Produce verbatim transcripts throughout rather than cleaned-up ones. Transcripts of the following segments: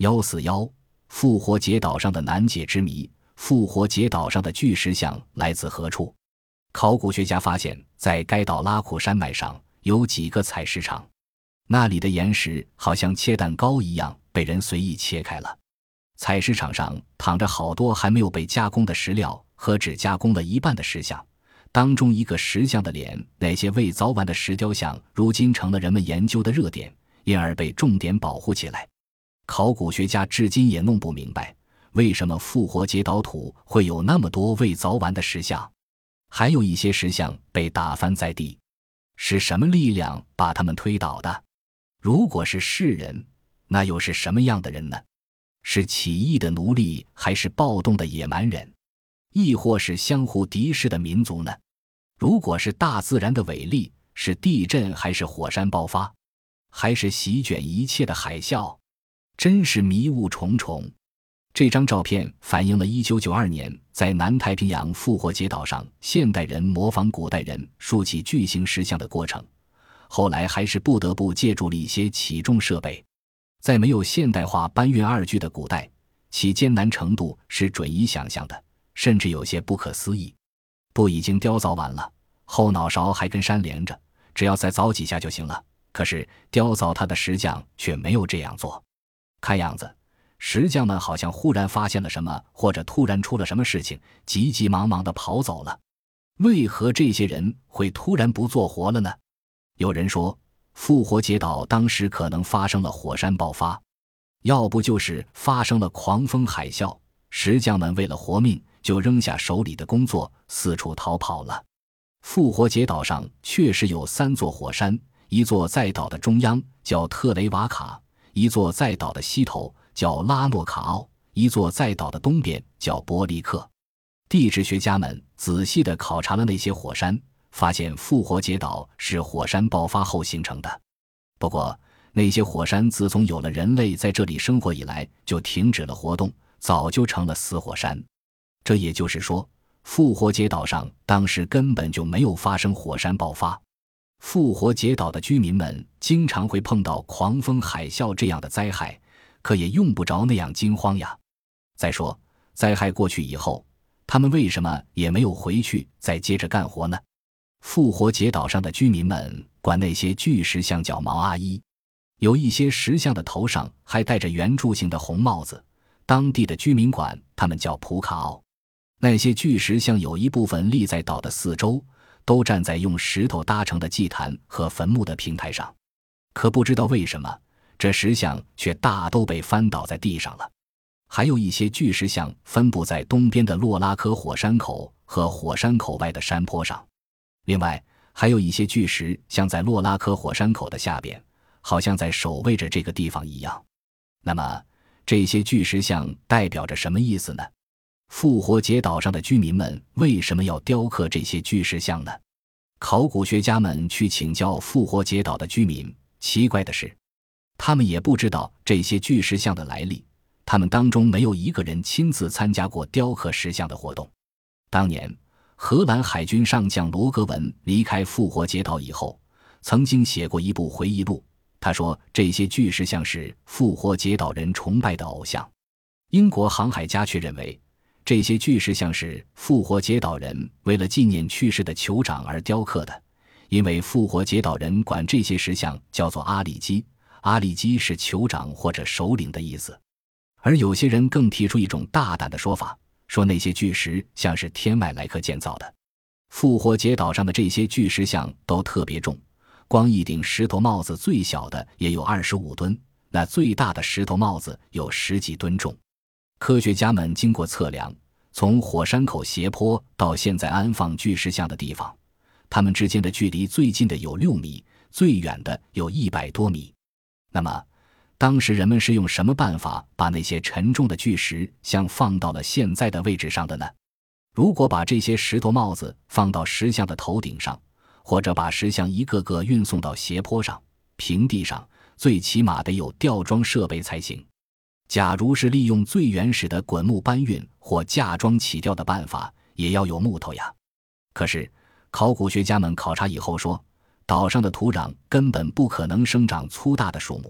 一四一复活节岛上的难解之谜，复活节岛上的巨石像来自何处？考古学家发现，在该岛拉库山脉上有几个采石场，那里的岩石好像切蛋糕一样被人随意切开了。采石场上躺着好多还没有被加工的石料和只加工了一半的石像，当中一个石像的脸，那些未凿完的石雕像如今成了人们研究的热点，因而被重点保护起来。考古学家至今也弄不明白，为什么复活节岛土会有那么多未凿完的石像，还有一些石像被打翻在地，是什么力量把他们推倒的？如果是世人，那又是什么样的人呢？是起义的奴隶，还是暴动的野蛮人，亦或是相互敌视的民族呢？如果是大自然的伟力，是地震还是火山爆发，还是席卷一切的海啸？真是迷雾重重。这张照片反映了一九九二年在南太平洋复活节岛上现代人模仿古代人竖起巨型石像的过程，后来还是不得不借助了一些起重设备。在没有现代化搬运二具的古代，其艰难程度是准以想象的，甚至有些不可思议。布已经雕凿完了，后脑勺还跟山连着，只要再凿几下就行了。可是雕凿它的石匠却没有这样做。看样子石匠们好像忽然发现了什么，或者突然出了什么事情，急急忙忙地跑走了。为何这些人会突然不做活了呢？有人说，复活节岛当时可能发生了火山爆发，要不就是发生了狂风海啸，石匠们为了活命就扔下手里的工作，四处逃跑了。复活节岛上确实有三座火山，一座在岛的中央叫特雷瓦卡，一座在岛的西头叫拉诺卡奥，一座在岛的东边叫伯利克。地质学家们仔细地考察了那些火山，发现复活节岛是火山爆发后形成的。不过那些火山自从有了人类在这里生活以来就停止了活动，早就成了死火山。这也就是说，复活节岛上当时根本就没有发生火山爆发。复活节岛的居民们经常会碰到狂风海啸这样的灾害，可也用不着那样惊慌呀。再说，灾害过去以后，他们为什么也没有回去再接着干活呢？复活节岛上的居民们管那些巨石像叫毛阿姨，有一些石像的头上还戴着圆柱形的红帽子，当地的居民管他们叫普卡奥。那些巨石像有一部分立在岛的四周，都站在用石头搭成的祭坛和坟墓的平台上，可不知道为什么，这石像却大都被翻倒在地上了。还有一些巨石像分布在东边的洛拉科火山口和火山口外的山坡上，另外还有一些巨石像在洛拉科火山口的下边，好像在守卫着这个地方一样。那么这些巨石像代表着什么意思呢？复活节岛上的居民们为什么要雕刻这些巨石像呢？考古学家们去请教复活节岛的居民，奇怪的是，他们也不知道这些巨石像的来历，他们当中没有一个人亲自参加过雕刻石像的活动。当年荷兰海军上将罗格文离开复活节岛以后，曾经写过一部回忆录，他说这些巨石像是复活节岛人崇拜的偶像。英国航海家却认为，这些巨石像是复活节岛人为了纪念去世的酋长而雕刻的，因为复活节岛人管这些石像叫做阿里基，阿里基是酋长或者首领的意思。而有些人更提出一种大胆的说法，说那些巨石像是天外来客建造的。复活节岛上的这些巨石像都特别重，光一顶石头帽子最小的也有二十五吨，那最大的石头帽子有十几吨重。科学家们经过测量，从火山口斜坡到现在安放巨石像的地方，它们之间的距离最近的有六米，最远的有一百多米。那么当时人们是用什么办法把那些沉重的巨石像放到了现在的位置上的呢？如果把这些石头帽子放到石像的头顶上，或者把石像一个个运送到斜坡上、平地上，最起码得有吊装设备才行。假如是利用最原始的滚木搬运或架装起吊的办法，也要有木头呀。可是考古学家们考察以后说，岛上的土壤根本不可能生长粗大的树木，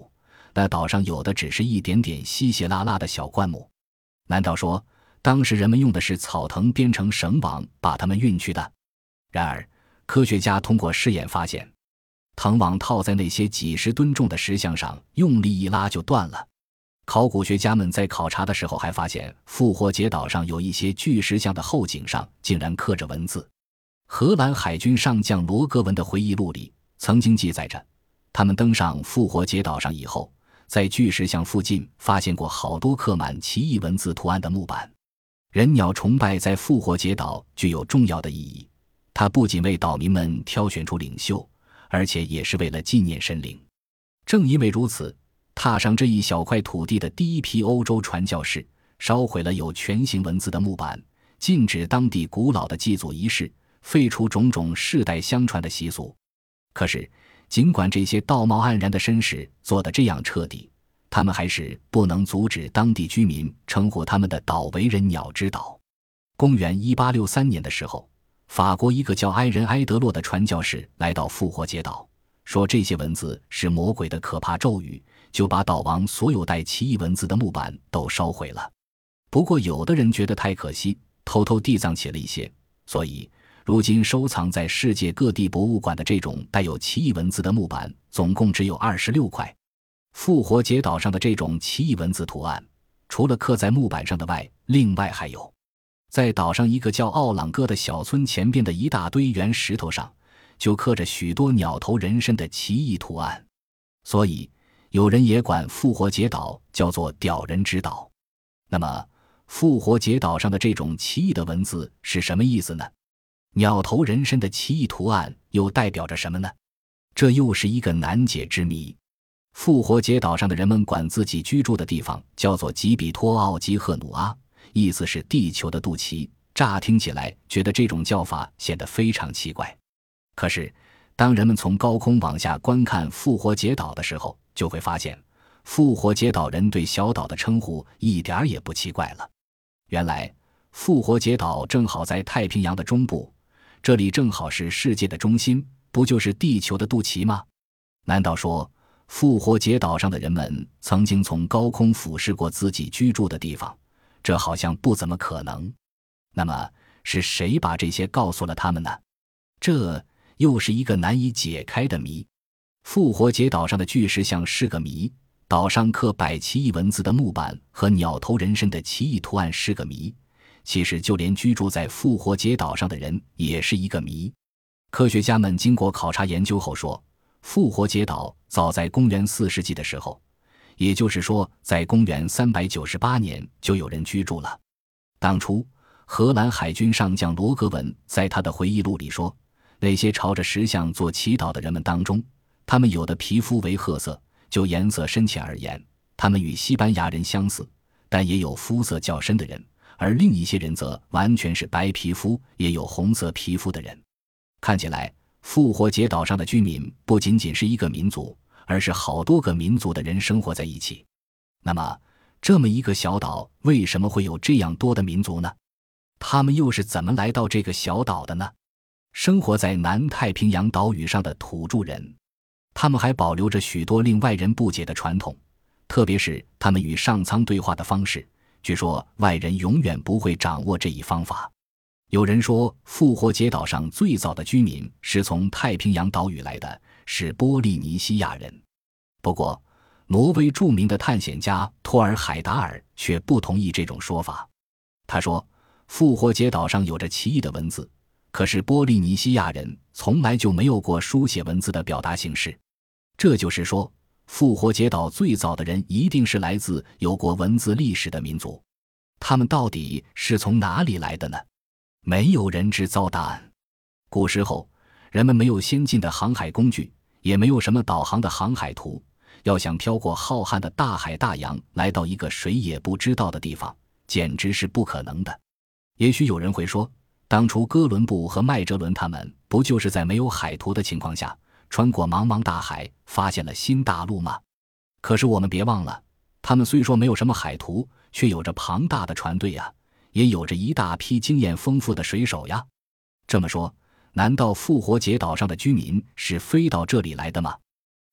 那岛上有的只是一点点稀稀拉拉的小灌木。难道说当时人们用的是草藤编成绳网把它们运去的？然而科学家通过试验发现，藤网套在那些几十吨重的石像上，用力一拉就断了。考古学家们在考察的时候还发现，复活节岛上有一些巨石像的后颈上竟然刻着文字。荷兰海军上将罗格文的回忆录里曾经记载着，他们登上复活节岛上以后，在巨石像附近发现过好多刻满奇异文字图案的木板。人鸟崇拜在复活节岛具有重要的意义，它不仅为岛民们挑选出领袖，而且也是为了纪念神灵。正因为如此，踏上这一小块土地的第一批欧洲传教士烧毁了有全形文字的木板，禁止当地古老的祭祖仪式，废除种种世代相传的习俗。可是尽管这些道貌岸然的绅士做得这样彻底，他们还是不能阻止当地居民称呼他们的岛为人鸟之岛。公元一八六三年的时候，法国一个叫埃仁埃德洛的传教士来到复活节岛，说这些文字是魔鬼的可怕咒语，就把岛王所有带奇异文字的木板都烧毁了。不过有的人觉得太可惜，偷偷地藏起了一些，所以如今收藏在世界各地博物馆的这种带有奇异文字的木板总共只有二十六块。复活节岛上的这种奇异文字图案，除了刻在木板上的外，另外还有在岛上一个叫奥朗哥的小村前边的一大堆圆石头上，就刻着许多鸟头人身的奇异图案。所以有人也管复活节岛叫做屌人之岛。那么复活节岛上的这种奇异的文字是什么意思呢？鸟头人身的奇异图案又代表着什么呢？这又是一个难解之谜。复活节岛上的人们管自己居住的地方叫做吉比托奥基赫努阿，意思是地球的肚脐。乍听起来觉得这种叫法显得非常奇怪，可是当人们从高空往下观看复活节岛的时候，就会发现复活节岛人对小岛的称呼一点也不奇怪了。原来复活节岛正好在太平洋的中部，这里正好是世界的中心，不就是地球的肚脐吗？难道说复活节岛上的人们曾经从高空俯视过自己居住的地方？这好像不怎么可能。那么是谁把这些告诉了他们呢？这又是一个难以解开的谜。复活节岛上的巨石像是个谜，岛上刻百奇异文字的木板和鸟头人身的奇异图案是个谜，其实就连居住在复活节岛上的人也是一个谜。科学家们经过考察研究后说，复活节岛早在公元四世纪的时候，也就是说在公元三百九十八年就有人居住了。当初荷兰海军上将罗格文在他的回忆录里说，那些朝着石像做祈祷的人们当中，他们有的皮肤为褐色，就颜色深浅而言，他们与西班牙人相似，但也有肤色较深的人，而另一些人则完全是白皮肤，也有红色皮肤的人。看起来复活节岛上的居民不仅仅是一个民族，而是好多个民族的人生活在一起。那么这么一个小岛为什么会有这样多的民族呢？他们又是怎么来到这个小岛的呢？生活在南太平洋岛屿上的土著人，他们还保留着许多令外人不解的传统，特别是他们与上苍对话的方式，据说外人永远不会掌握这一方法。有人说复活节岛上最早的居民是从太平洋岛屿来的，是波利尼西亚人。不过挪威著名的探险家托尔海达尔却不同意这种说法。他说复活节岛上有着奇异的文字，可是波利尼西亚人从来就没有过书写文字的表达形式。这就是说复活节岛最早的人一定是来自有过文字历史的民族。他们到底是从哪里来的呢？没有人知道答案。古时候人们没有先进的航海工具，也没有什么导航的航海图，要想飘过浩瀚的大海大洋来到一个谁也不知道的地方，简直是不可能的。也许有人会说，当初哥伦布和麦哲伦他们不就是在没有海图的情况下穿过茫茫大海发现了新大陆吗？可是我们别忘了，他们虽说没有什么海图，却有着庞大的船队呀，也有着一大批经验丰富的水手呀。这么说，难道复活节岛上的居民是飞到这里来的吗？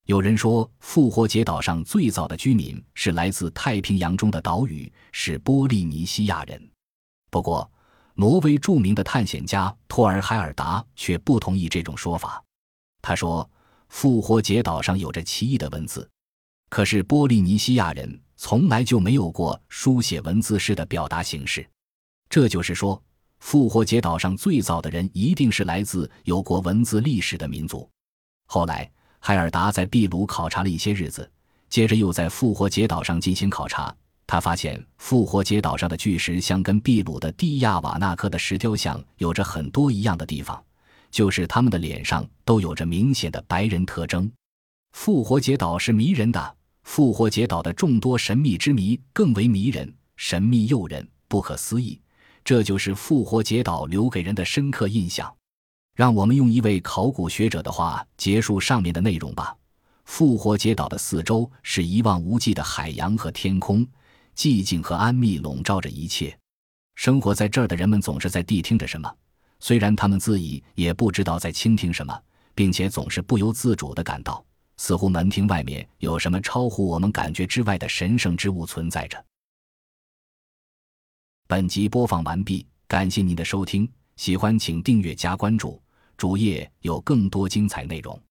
有人说，复活节岛上最早的居民是来自太平洋中的岛屿，是波利尼西亚人。不过，挪威著名的探险家托尔海尔达却不同意这种说法。他说，复活节岛上有着奇异的文字，可是波利尼西亚人从来就没有过书写文字式的表达形式。这就是说，复活节岛上最早的人一定是来自有过文字历史的民族。后来，海尔达在秘鲁考察了一些日子，接着又在复活节岛上进行考察。他发现复活节岛上的巨石像跟秘鲁的蒂亚瓦纳克的石雕像有着很多一样的地方，就是他们的脸上都有着明显的白人特征。复活节岛是迷人的，复活节岛的众多神秘之谜更为迷人，神秘诱人，不可思议，这就是复活节岛留给人的深刻印象。让我们用一位考古学者的话结束上面的内容吧。复活节岛的四周是一望无际的海洋和天空，寂静和安谧笼罩着一切。生活在这儿的人们总是在谛听着什么，虽然他们自己也不知道在倾听什么，并且总是不由自主地感到，似乎门厅外面有什么超乎我们感觉之外的神圣之物存在着。本集播放完毕，感谢您的收听，喜欢请订阅加关注，主页有更多精彩内容。